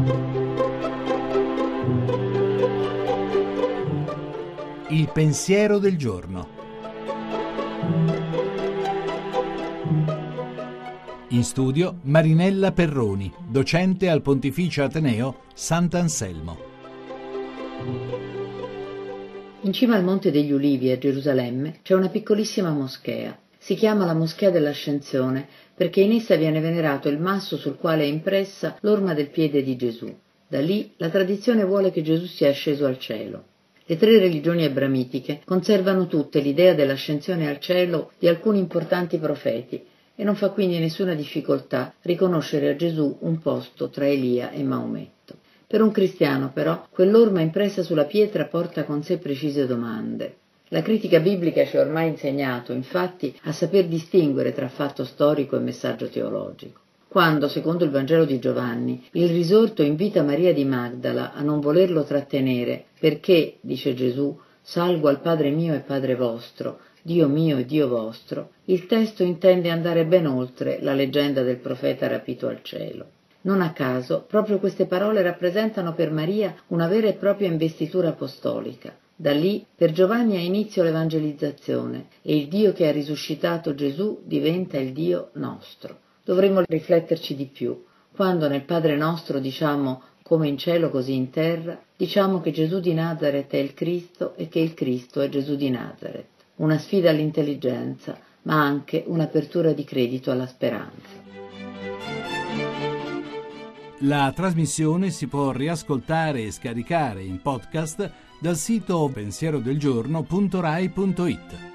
Il pensiero del giorno. In studio Marinella Perroni, docente al Pontificio Ateneo Sant'Anselmo. In cima al Monte degli Ulivi a Gerusalemme c'è una piccolissima moschea. Si chiama la Moschea dell'Ascensione perché in essa viene venerato il masso sul quale è impressa l'orma del piede di Gesù. Da lì la tradizione vuole che Gesù sia asceso al cielo. Le tre religioni abramitiche conservano tutte l'idea dell'ascensione al cielo di alcuni importanti profeti e non fa quindi nessuna difficoltà riconoscere a Gesù un posto tra Elia e Maometto. Per un cristiano, però, quell'orma impressa sulla pietra porta con sé precise domande. La critica biblica ci ha ormai insegnato, infatti, a saper distinguere tra fatto storico e messaggio teologico. Quando, secondo il Vangelo di Giovanni, il risorto invita Maria di Magdala a non volerlo trattenere perché, dice Gesù, salgo al Padre mio e Padre vostro, Dio mio e Dio vostro, il testo intende andare ben oltre la leggenda del profeta rapito al cielo. Non a caso, proprio queste parole rappresentano per Maria una vera e propria investitura apostolica. Da lì, per Giovanni ha inizio l'evangelizzazione e il Dio che ha risuscitato Gesù diventa il Dio nostro. Dovremmo rifletterci di più. Quando nel Padre nostro diciamo come in cielo così in terra, diciamo che Gesù di Nazaret è il Cristo e che il Cristo è Gesù di Nazaret. Una sfida all'intelligenza, ma anche un'apertura di credito alla speranza. La trasmissione si può riascoltare e scaricare in podcast dal sito pensierodelgiorno.rai.it.